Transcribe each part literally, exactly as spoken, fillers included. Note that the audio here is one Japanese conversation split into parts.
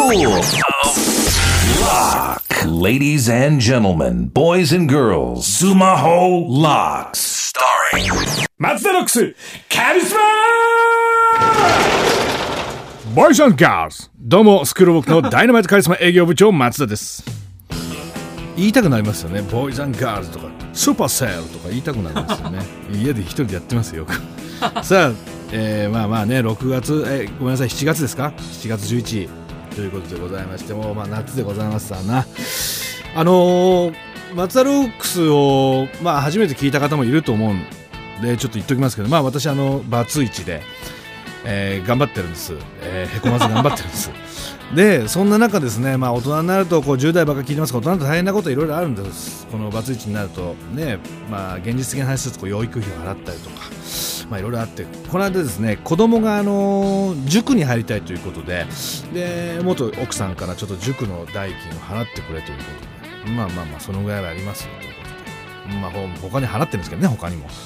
Lock. Ladies and gentlemen, boys and girls, Sumaho Locks. Starring 松田ロックスカリスマボーイズ&ガールズ。どうもスクールウォークのダイナマイトカリスマ営業部長松田です。言いたくなりますよね。ボーイズ&ガールズとかスーパーセールとか言いたくなりますよね。家で一人でやってますよよくさあ、えー、まあまあねろくがつ、えー、ごめんなさいしちがつですか。しちがつじゅういちにちということでございまして、もうまあ夏でございますさな。あのー、松田ロックスを、まあ、初めて聞いた方もいると思うんでちょっと言っておきますけど、まあ私あのバツイチで、えー、頑張ってるんです、えー、へこまず頑張ってるんですでそんな中ですね、まあ大人になるとこうじゅう代ばっかり聞いてますが、大人だと大変なこといろいろあるんです。このバツイチになるとね、まあ現実的な話するとこう養育費を払ったりとか、まあいろいろあって、この間ですね子供があの塾に入りたいということで、で元奥さんからちょっと塾の代金を払ってくれということで、まあまあまあそのぐらいはありますよということで、まあ他に払ってるんですけどね、他にも、はい、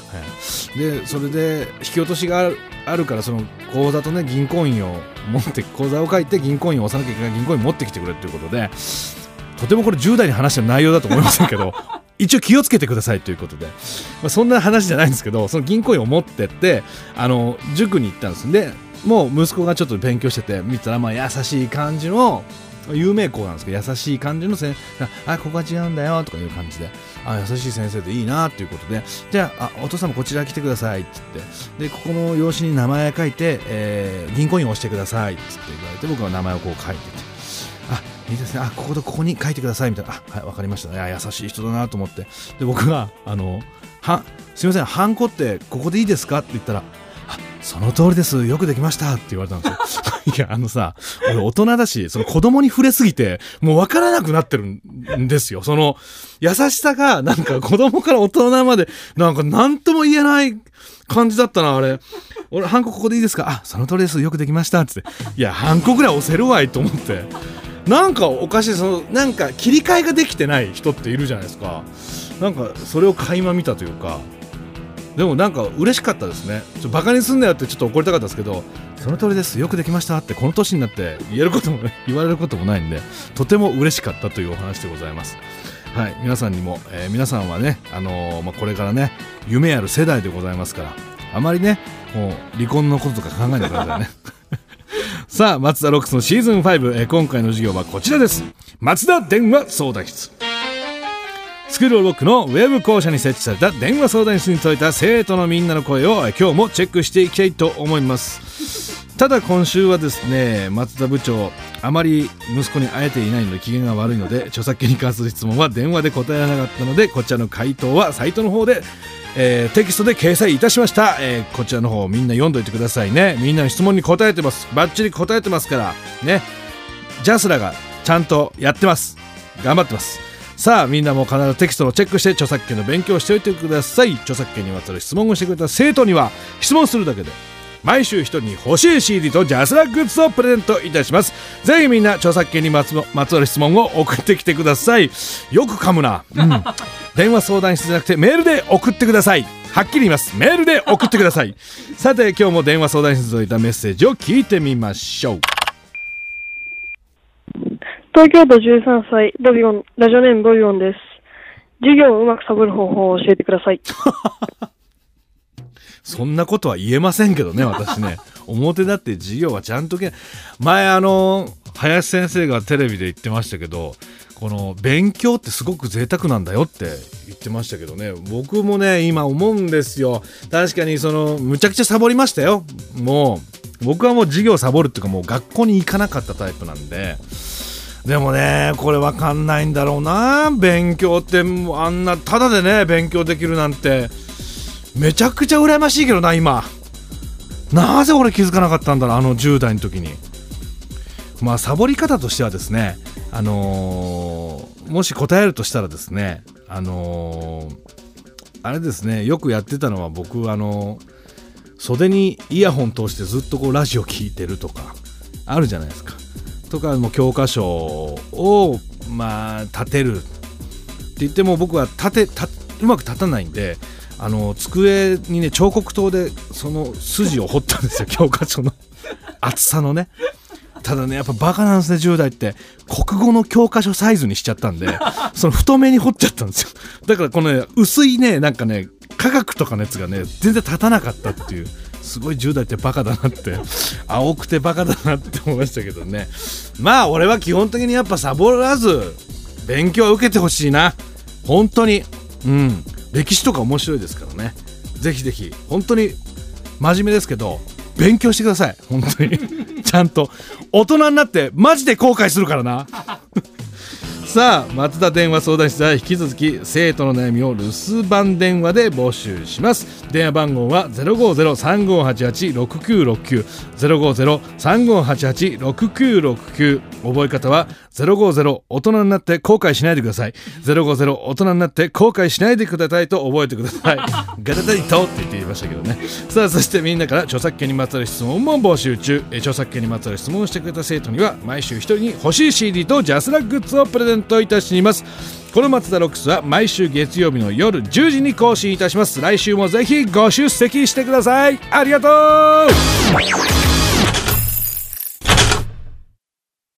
でそれで引き落としがあるあるからその口座とね銀行員を持って口座を書いて銀行員を押さなきゃいけない銀行員持ってきてくれということで、とてもこれじゅう代に話してる内容だと思いませんけど一応気をつけてくださいということで、まあ、そんな話じゃないんですけど、その銀行員を持ってってあの塾に行ったんですで、もう息子がちょっと勉強してて見たら、まあ優しい感じの有名校なんですけど、優しい感じの先生、あここは違うんだよとかいう感じで、あ優しい先生でいいなということで、じゃあ、あお父さんもこちら来てくださいって言って、でここの用紙に名前書いて、えー、銀行員を押してくださいって言われて、僕は名前をこう書いてて、あいいですね、あこことここに書いてくださいみたいな、あはいわかりましたね、あ優しい人だなと思って、で僕があのはすいませんハンコってここでいいですかって言ったら、あその通りですよくできましたって言われたんですよいやあのさ俺大人だし、その子供に触れすぎてもう分からなくなってるんですよ。その優しさがなんか子供から大人までなんか何とも言えない感じだったなあれ。俺ハンコここでいいですか、あその通りですよくできましたってって、いやハンコぐらい押せるわいと思って、なんかおかしい、そのなんか切り替えができてない人っているじゃないですか。なんかそれを垣間見たというか、でもなんか嬉しかったですね。ちょバカにすんなよってちょっと怒りたかったですけど、その通りですよくできましたってこの年になって言えることも言われることもないんで、とても嬉しかったというお話でございます。はい、皆さんにも、えー、皆さんはね、あのーまあ、これからね夢ある世代でございますから、あまりねもう離婚のこととか考えないでくださいねさあ松田ロックスのシーズンファイブ、えー、今回の授業はこちらです。松田電話相談室。スクールロックのウェブ校舎に設置された電話相談室に届いた生徒のみんなの声を今日もチェックしていきたいと思います。ただ今週はですね、松田部長あまり息子に会えていないので機嫌が悪いので、著作権に関する質問は電話で答えられなかったので、こちらの回答はサイトの方で、えー、テキストで掲載いたしました、えー、こちらの方みんな読んどいてくださいね。みんなの質問に答えてます。バッチリ答えてますからね。ジャスラがちゃんとやってます。頑張ってます。さあみんなも必ずテキストをチェックして著作権の勉強をしておいてください。著作権にまつわる質問をしてくれた生徒には質問するだけで毎週一人に欲しい シーディー とジャスラックグッズをプレゼントいたします。ぜひみんな著作権にまつわる質問を送ってきてください。よく噛むな、うん、電話相談室じゃなくてメールで送ってください。はっきり言います。メールで送ってくださいさて今日も電話相談室に届いたメッセージを聞いてみましょう。 東京都じゅうさんさいボビオン、ラジオネームボビオンです。授業をうまくサボる方法を教えてくださいそんなことは言えませんけどね、私ね表だって授業はちゃんとけ前あの林先生がテレビで言ってましたけど、この勉強ってすごく贅沢なんだよって言ってましたけどね、僕もね今思うんですよ。確かにそのむちゃくちゃサボりましたよ。もう僕はもう授業サボるっていうかもう学校に行かなかったタイプなんで、でもねこれ分かんないんだろうな。勉強ってあんなタダでね勉強できるなんてめちゃくちゃ羨ましいけどな。今なぜ俺気づかなかったんだろう、あのじゅう代の時に。まあサボり方としてはですね、あのー、もし答えるとしたらですね、あのー、あれですね、よくやってたのは僕あのー、袖にイヤホン通してずっとこうラジオ聞いてるとかあるじゃないですか。とかも教科書をまあ立てるって言っても僕は立てたうまく立たないんで、あの机にね彫刻刀でその筋を彫ったんですよ教科書の厚さのねただねやっぱバカなんですねじゅう代って。国語の教科書サイズにしちゃったんでその太めに彫っちゃったんですよ。だからこの、ね、薄いねなんかね科学とかのやつがね全然立たなかったっていう、すごいじゅう代ってバカだなって青くてバカだなって思いましたけどね。まあ俺は基本的にやっぱサボらず勉強は受けてほしいな本当に。うん歴史とか面白いですからね。ぜひぜひ本当に真面目ですけど勉強してください本当にちゃんと大人になってマジで後悔するからなさあ松田電話相談室は引き続き生徒の悩みを留守番電話で募集します。電話番号は ゼロごゼロ さんごはちはち ろくきゅうろくきゅう ゼロごゼロ さんごはちはち ろくきゅうろくきゅう。覚え方はゼロごゼロ大人になって後悔しないでください。ゼロごゼロ大人になって後悔しないでくださいと覚えてくださいガタタリとって言っていましたけどね。さあそしてみんなから著作権にまつわる質問も募集中。え著作権にまつわる質問をしてくれた生徒には毎週一人に欲しい シーディー とジャスラックグッズをプレゼントいたします。この松田ロックスは毎週月曜日の夜じゅうじに更新いたします。来週もぜひご出席してください。ありがとう。